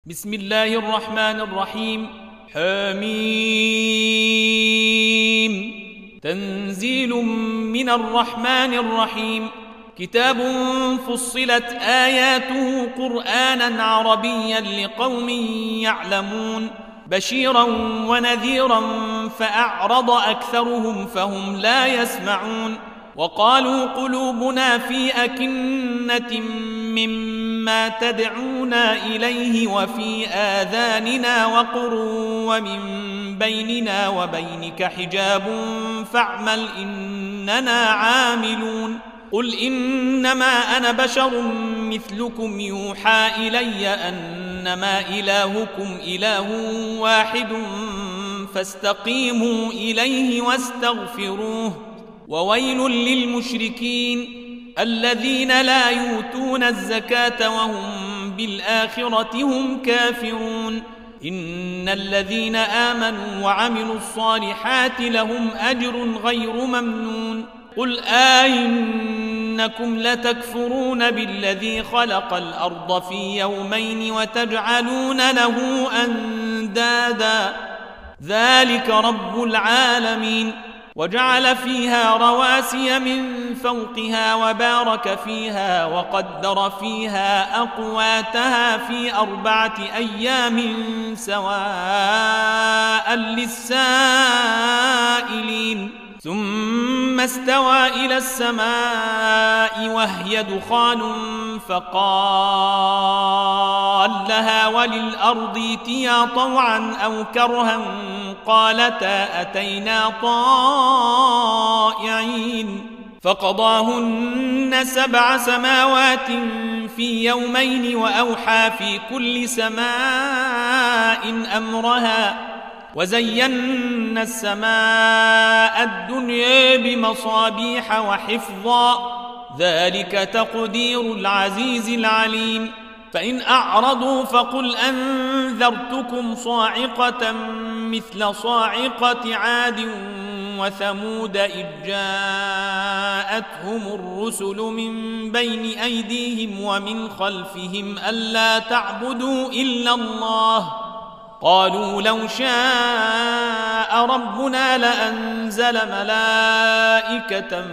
بسم الله الرحمن الرحيم. حميم. تنزيل من الرحمن الرحيم. كتاب فصلت آياته قرآنا عربيا لقوم يعلمون بشيرا ونذيرا فأعرض أكثرهم فهم لا يسمعون وقالوا قلوبنا في أكنة مما تدعونا إليه وفي آذاننا وقر ومن بيننا وبينك حجاب فاعمل إننا عاملون. قل إنما أنا بشر مثلكم يوحى إلي أنما إلهكم إله واحد فاستقيموا إليه واستغفروه. وويل للمشركين الذين لا يؤتون الزكاة وهم بالآخرة هم كافرون. إن الذين آمنوا وعملوا الصالحات لهم أجر غير ممنون. قل أئنكم لتكفرون بالذي خلق الأرض في يومين وتجعلون له أندادا ذلك رب العالمين. وجعل فيها رواسي من فوقها وبارك فيها وقدر فيها أقواتها في 4 أيام سواء للسائلين. ثم استوى إلى السماء وهي دخان فقال لها وللأرض ائتيا طوعا أو كرها قالتا أتينا طائعين. فقضاهن 7 سماوات في يومين وأوحى في كل سماء أمرها وزينا السماء الدنيا بمصابيح وحفظا ذلك تقدير العزيز العليم. فإن أعرضوا فقل أنذرتكم صاعقة مثل صاعقة عاد وثمود إذ جاءتهم الرسل من بين أيديهم ومن خلفهم ألا تعبدوا إلا الله قالوا لو شاء ربنا لأنزل ملائكة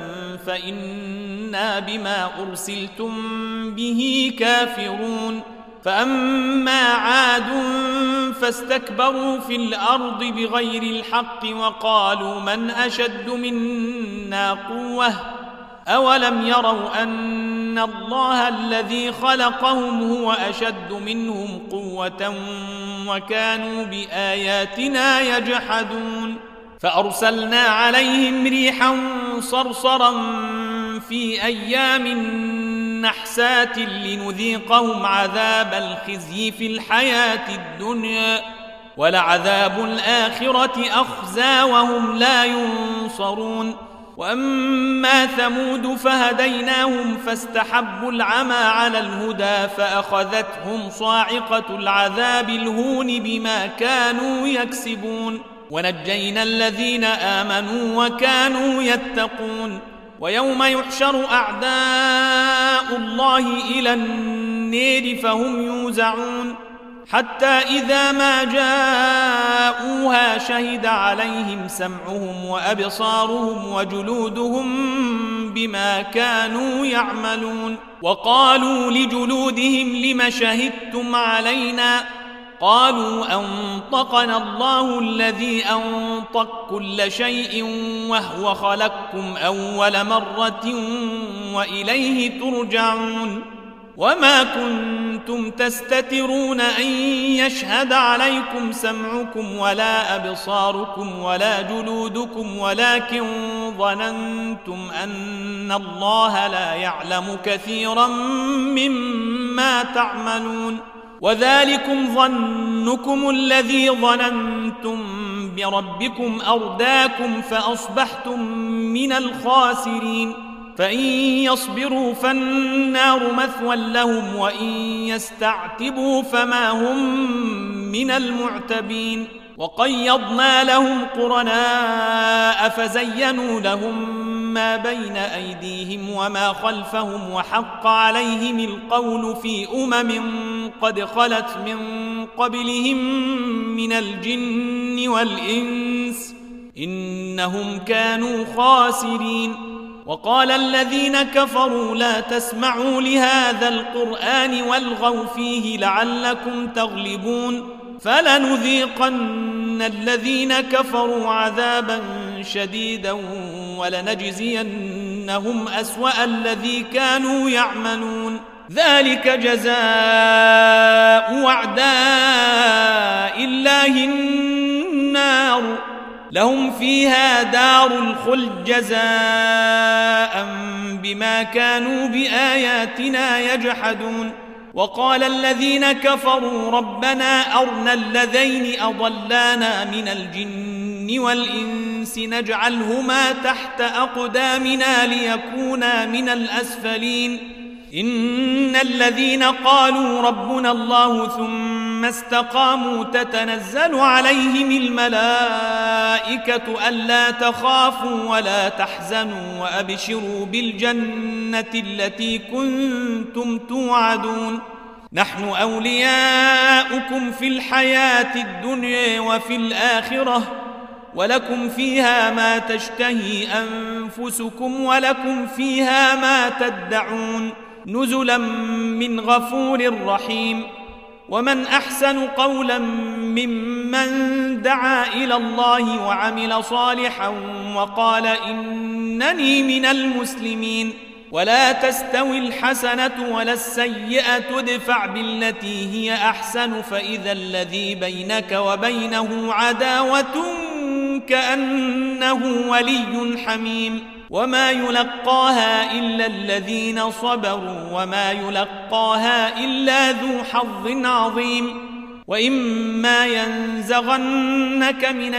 فإنا بما أرسلتم به كافرون. فأما عاد فاستكبروا في الأرض بغير الحق وقالوا من أشد منا قوة أولم يروا أن الله الذي خلقهم هو أشد منهم قوة وكانوا بآياتنا يجحدون. فأرسلنا عليهم ريحا صرصرا في أيام نحسات لنذيقهم عذاب الخزي في الحياة الدنيا ولعذاب الآخرة أخزى وهم لا ينصرون. وأما ثمود فهديناهم فاستحبوا العمى على الهدى فأخذتهم صاعقة العذاب الهون بما كانوا يكسبون. ونجينا الذين آمنوا وكانوا يتقون. ويوم يحشر أعداء الله إلى النار فهم يوزعون حتى إذا ما جاءوها شهد عليهم سمعهم وأبصارهم وجلودهم بما كانوا يعملون. وقالوا لجلودهم لم شهدتم علينا قالوا أنطقنا الله الذي أنطق كل شيء وهو خلقكم أول مرة وإليه ترجعون. وما كنتم تستترون أن يشهد عليكم سمعكم ولا أبصاركم ولا جلودكم ولكن ظننتم أن الله لا يعلم كثيرا مما تعملون. وذلكم ظنكم الذي ظننتم بربكم أرداكم فأصبحتم من الخاسرين. فإن يصبروا فالنار مثوى لهم وإن يستعتبوا فما هم من المعتبين. وقيضنا لهم قرناء فزينوا لهم ما بين أيديهم وما خلفهم وحق عليهم القول في قد خلت من قبلهم من الجن والإنس إنهم كانوا خاسرين. وقال الذين كفروا لا تسمعوا لهذا القرآن والغوا فيه لعلكم تغلبون فلنذيقن الذين كفروا عذابا شديدا ولنجزينهم أسوأ الذي كانوا يعملون ذلك جزاء أعداء الله النار لهم فيها دار الخلد جزاء بما كانوا بآياتنا يجحدون. وقال الذين كفروا ربنا أرنا الذين أضلانا من الجن والإنس نجعلهما تحت أقدامنا ليكونا من الأسفلين إن الذين قالوا ربنا الله ثم استقاموا تتنزل عليهم الملائكة ألا تخافوا ولا تحزنوا وأبشروا بالجنة التي كنتم توعدون نحن أولياؤكم في الحياة الدنيا وفي الآخرة ولكم فيها ما تشتهي أنفسكم ولكم فيها ما تدعون نزلا من غفور رحيم. ومن أحسن قولا ممن دعا إلى الله وعمل صالحا وقال إنني من المسلمين ولا تستوي الحسنة ولا السيئة ادفع بالتي هي أحسن فإذا الذي بينك وبينه عداوة كأنه ولي حميم وما يلقاها إلا الذين صبروا وما يلقاها إلا ذو حظ عظيم. وإما ينزغنك من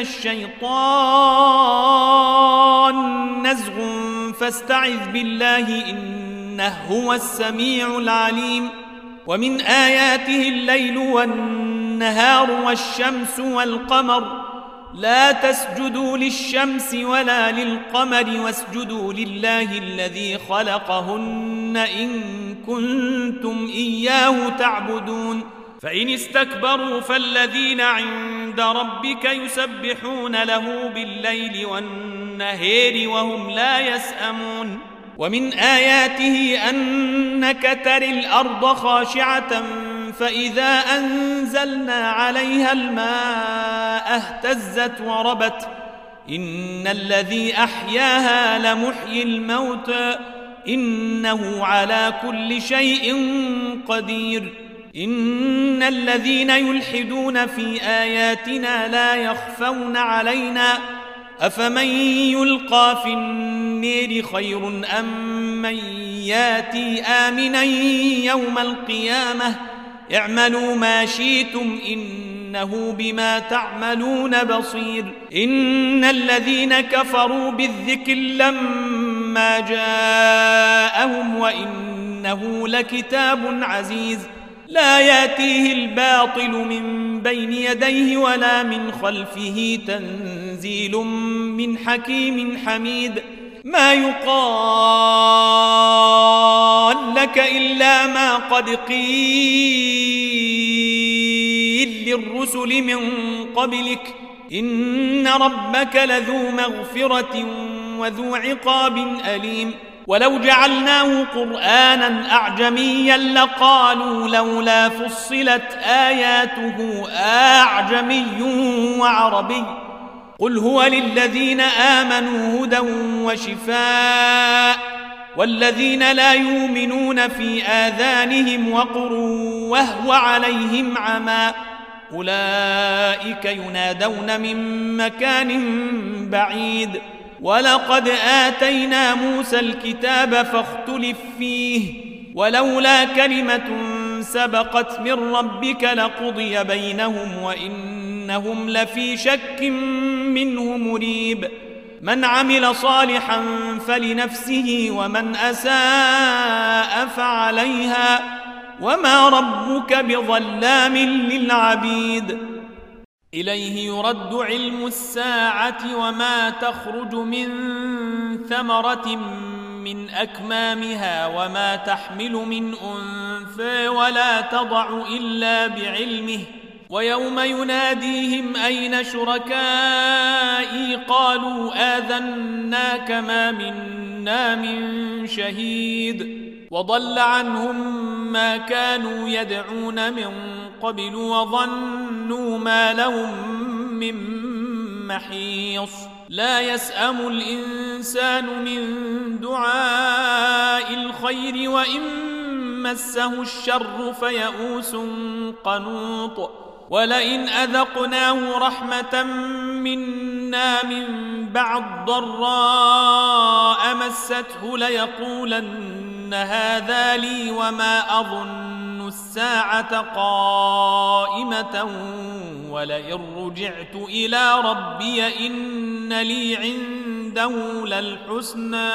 الشيطان نزغ فاستعذ بالله إنه هو السميع العليم. ومن آياته الليل والنهار والشمس والقمر لا تسجدوا للشمس ولا للقمر واسجدوا لله الذي خلقهن إن كنتم إياه تعبدون. فإن استكبروا فالذين عند ربك يسبحون له بالليل والنهار وهم لا يسأمون. ومن آياته أنك تري الأرض خاشعة فإذا أنزلنا عليها الماء اهتزت وربت إن الذي أحياها لمحيي الموتى إنه على كل شيء قدير. إن الذين يلحدون في آياتنا لا يخفون علينا أفمن يلقى في النير خير أم من ياتي آمنا يوم القيامة اعملوا ما شئتم إنه بما تعملون بصير. إن الذين كفروا بالذكر لما جاءهم وإنه لكتاب عزيز لا ياتيه الباطل من بين يديه ولا من خلفه تنزيل من حكيم حميد. ما يقال لك إلا ما قد قيل للرسل من قبلك إن ربك لذو مغفرة وذو عقاب أليم. ولو جعلناه قرآنا أعجميا لقالوا لولا فصلت آياته أعجمي وعربي قل هو للذين آمنوا هدى وشفاء والذين لا يؤمنون في آذانهم وقر وهو عليهم عمى أولئك ينادون من مكان بعيد. ولقد آتينا موسى الكتاب فاختلف فيه ولولا كلمة سبقت من ربك لقضي بينهم وإنهم لفي شك منه مريب. من عمل صالحا فلنفسه ومن أساء فعليها وما ربك بظلام للعبيد. إليه يرد علم الساعة وما تخرج من ثمرة من أكمامها وما تحمل من أنثى ولا تضع إلا بعلمه ويوم يناديهم أين شركائي قالوا آذناك ما منا من شهيد وضل عنهم ما كانوا يدعون من قبل وظنوا ما لهم من محيص لا يسأم الإنسان من دعاء الخير وإن مسه الشر فيئوس قنوط ولئن أذقناه رحمة منا من بعد ضراء مسته ليقولن هذا لي وما أظن الساعة قائمة ولئن رجعت إلى ربي إن لي عنده للحسنى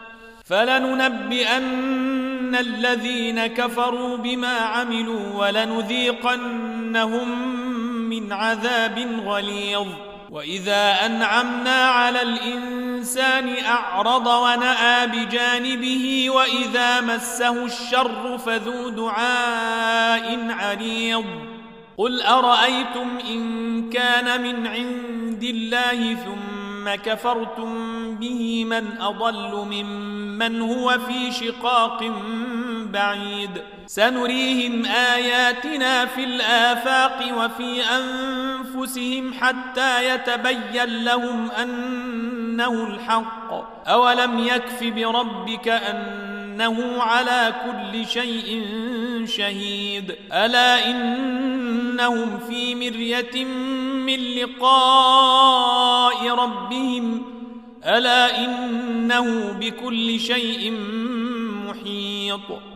فلننبئن الذين كفروا بما عملوا ولنذيقنهم من عذاب غليظ وإذا أنعمنا على الإنسان أعرض ونأى بجانبه وإذا مسه الشر فذو دعاء عريض قل أرأيتم إن كان من عند الله ثم كفرتم به من أضل ممن هو في شقاق بعيد سنريهم آياتنا في الآفاق وفي أنفسهم حتى يتبين لهم أنه الحق أولم يكف بربك أنه على كل شيء شهيد ألا إنهم في مرية من لقاء ربهم ألا إنه بكل شيء محيط